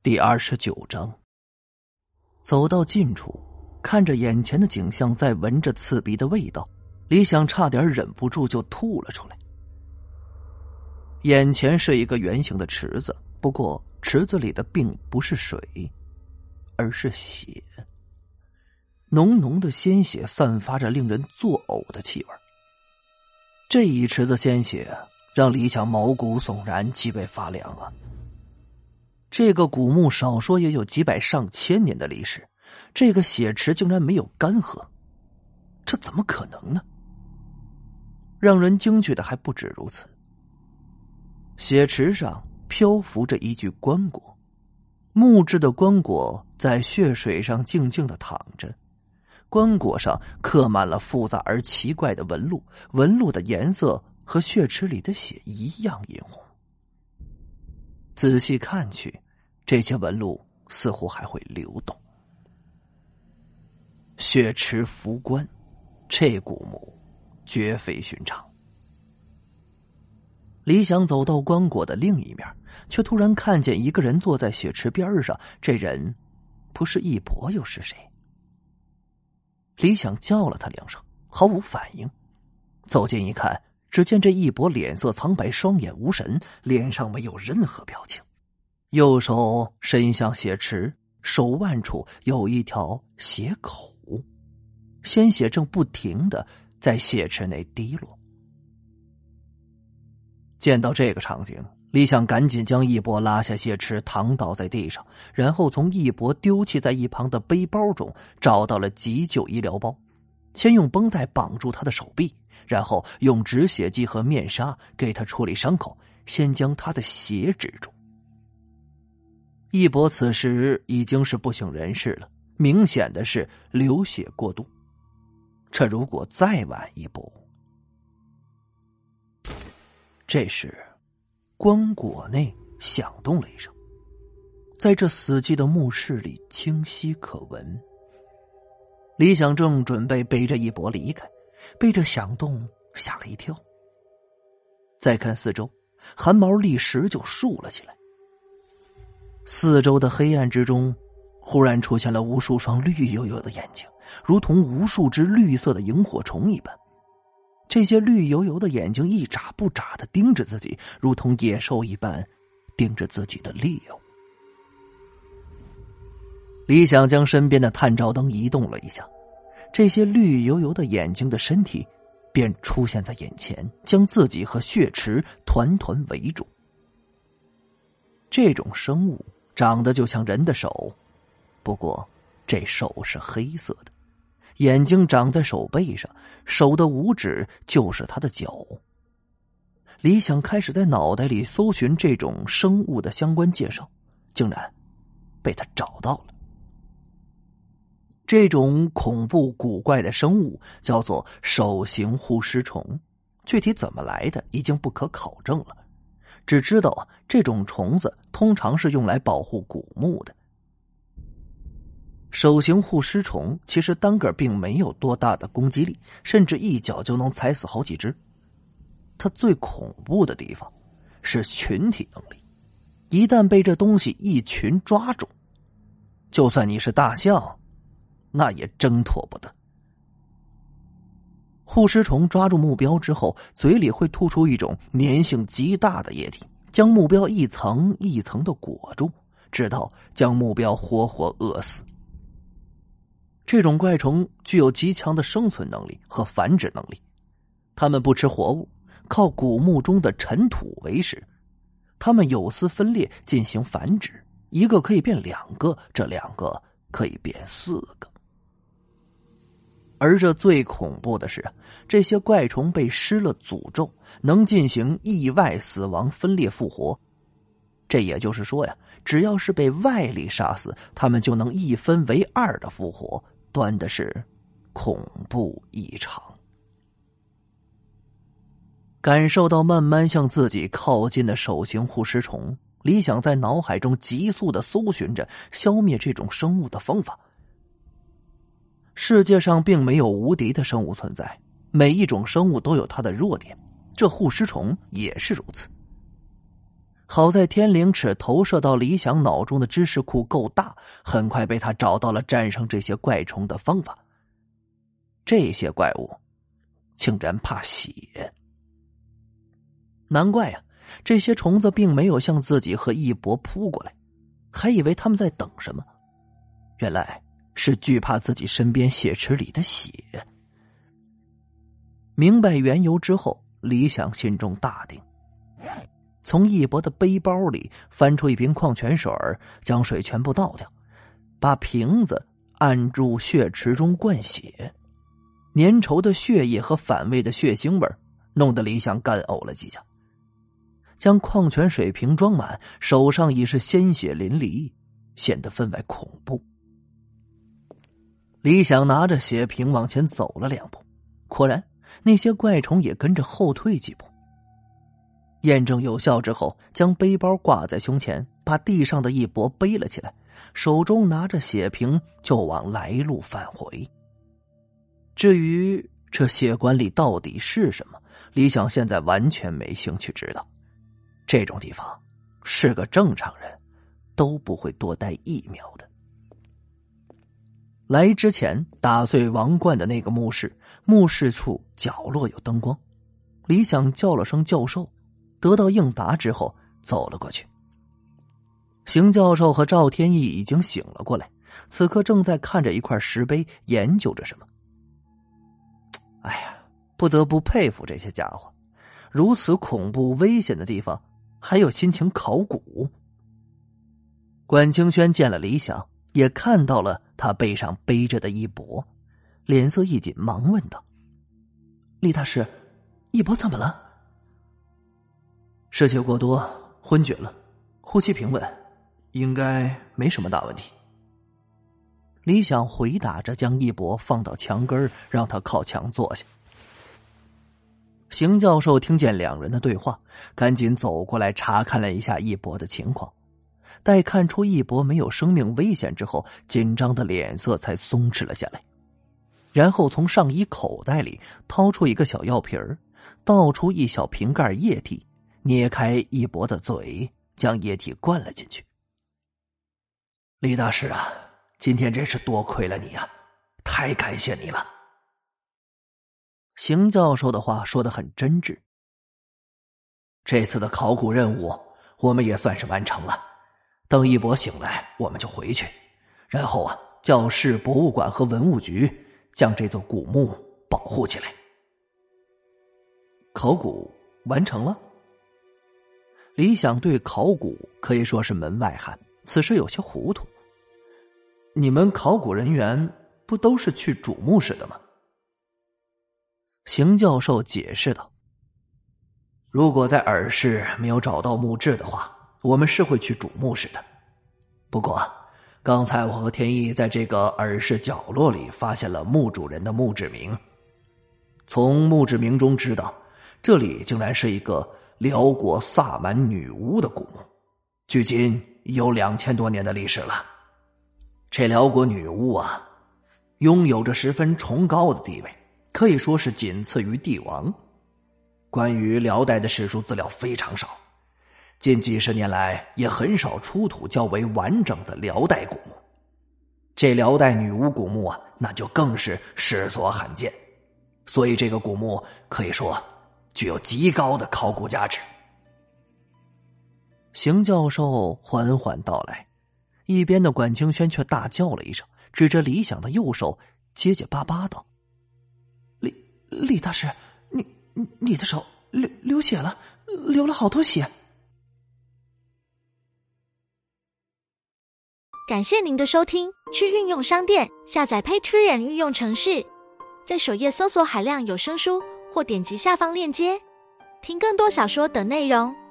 第29章。走到近处，看着眼前的景象，再闻着刺鼻的味道，李想差点忍不住就吐了出来。眼前是一个圆形的池子，不过池子里的并不是水，而是血。浓浓的鲜血散发着令人作呕的气味。这一池子鲜血让李想毛骨悚然，脊背发凉啊！这个古墓少说也有几百上千年的历史，这个血池竟然没有干涸，这怎么可能呢？让人惊惧的还不止如此，血池上漂浮着一具棺椁，木质的棺椁在血水上静静地躺着，棺椁上刻满了复杂而奇怪的纹路，纹路的颜色和血池里的血一样银红。仔细看去，这些纹路似乎还会流动。血池浮棺，这古墓绝非寻常。李想走到棺椁的另一面，却突然看见一个人坐在血池边上，这人不是义伯又是谁？李想叫了他2声，毫无反应。走近一看，只见这义伯脸色苍白，双眼无神，脸上没有任何表情，右手伸向血池，手腕处有一条血口，鲜血正不停地在血池内滴落。见到这个场景，李想赶紧将义伯拉下血池，躺倒在地上，然后从义伯丢弃在一旁的背包中找到了急救医疗包，先用绷带绑住他的手臂，然后用止血剂和面纱给他处理伤口，先将他的血止住。义伯此时已经是不省人事了，明显的是流血过度，这如果再晚一步。这时棺椁内响动了一声，在这死寂的墓室里清晰可闻。李想正准备背着义伯离开，被这响动吓了一跳。再看四周，汗毛立时就竖了起来。四周的黑暗之中，忽然出现了无数双绿油油的眼睛，如同无数只绿色的萤火虫一般。这些绿油油的眼睛一眨不眨地盯着自己，如同野兽一般盯着自己的猎物。李想将身边的探照灯移动了一下，这些绿油油的眼睛的身体便出现在眼前，将自己和血池团团围住。这种生物长得就像人的手，不过这手是黑色的，眼睛长在手背上，手的五指就是他的脚。李想开始在脑袋里搜寻这种生物的相关介绍，竟然被他找到了。这种恐怖古怪的生物叫做手形护尸虫，具体怎么来的已经不可考证了，只知道这种虫子通常是用来保护古墓的。手形护尸虫其实单个并没有多大的攻击力，甚至一脚就能踩死好几只。它最恐怖的地方是群体能力，一旦被这东西一群抓住，就算你是大象，那也挣脱不得。护尸虫抓住目标之后，嘴里会吐出一种粘性极大的液体，将目标一层一层的裹住，直到将目标活活饿死。这种怪虫具有极强的生存能力和繁殖能力，它们不吃活物，靠古墓中的尘土为食。它们有丝分裂进行繁殖，一个可以变2个，这2个可以变4个。而这最恐怖的是，这些怪虫被施了诅咒，能进行意外死亡、分裂复活。这也就是说呀，只要是被外力杀死，它们就能一分为2的复活，端的是恐怖异常。感受到慢慢向自己靠近的手形护尸虫，李想在脑海中急速地搜寻着消灭这种生物的方法。世界上并没有无敌的生物存在，每一种生物都有它的弱点，这护尸虫也是如此。 好在天灵尺投射到李想脑中的知识库够大，很快被他找到了战胜这些怪虫的方法。这些怪物竟然怕血，难怪呀，这些虫子并没有向自己和义博扑过来，还以为他们在等什么，原来是惧怕自己身边血池里的血。明白缘由之后，李想心中大定，从义博的背包里翻出一瓶矿泉水，将水全部倒掉，把瓶子按入血池中灌血。粘稠的血液和反胃的血腥味弄得李想干呕了几下，将矿泉水瓶装满，手上已是鲜血淋漓，显得分外恐怖。李想拿着血瓶往前走了2步，果然那些怪虫也跟着后退几步。验证有效之后，将背包挂在胸前，把地上的义博背了起来，手中拿着血瓶就往来路返回。至于这血管里到底是什么，李想现在完全没兴趣知道。这种地方是个正常人都不会多待1秒的。来之前打碎王冠的那个墓室，墓室处角落有灯光。李想叫了声教授，得到应答之后走了过去。邢教授和赵天意已经醒了过来，此刻正在看着一块石碑研究着什么。哎呀，不得不佩服这些家伙，如此恐怖危险的地方还有心情考古。管清轩见了李想，也看到了他背上背着的义博，脸色一紧，忙问道：李大师，义博怎么了？失血过多，昏厥了，呼吸平稳，应该没什么大问题。李想回答着，将义博放到墙根，让他靠墙坐下。邢教授听见2人的对话，赶紧走过来查看了一下义博的情况。待看出义博没有生命危险之后，紧张的脸色才松弛了下来。然后从上衣口袋里掏出一个小药瓶，倒出一小瓶盖液体，捏开义博的嘴，将液体灌了进去。李大师啊，今天真是多亏了你啊，太感谢你了。邢教授的话说得很真挚。这次的考古任务我们也算是完成了，等义博醒来我们就回去，然后叫市博物馆和文物局将这座古墓保护起来。考古完成了？李想对考古可以说是门外汉，此时有些糊涂。你们考古人员不都是去主墓室的吗？邢教授解释道：如果在耳室没有找到墓志的话，我们是会去主墓室的。不过刚才我和天意在这个耳室角落里发现了墓主人的墓志铭，从墓志铭中知道这里竟然是一个辽国萨满女巫的古墓，距今有2000多年的历史了。这辽国女巫拥有着十分崇高的地位，可以说是仅次于帝王。关于辽代的史书资料非常少，近几十年来也很少出土较为完整的辽代古墓。这辽代女巫古墓那就更是世所罕见，所以这个古墓可以说具有极高的考古价值。邢教授缓缓道来，一边的管清轩却大叫了一声，指着李想的右手结结巴巴道：李大师，你的手流血了，流了好多血。 感谢您的收听，去运用商店下载 Patreon 运用程式，在首页搜索海量有声书，或点击下方链接听更多小说等内容。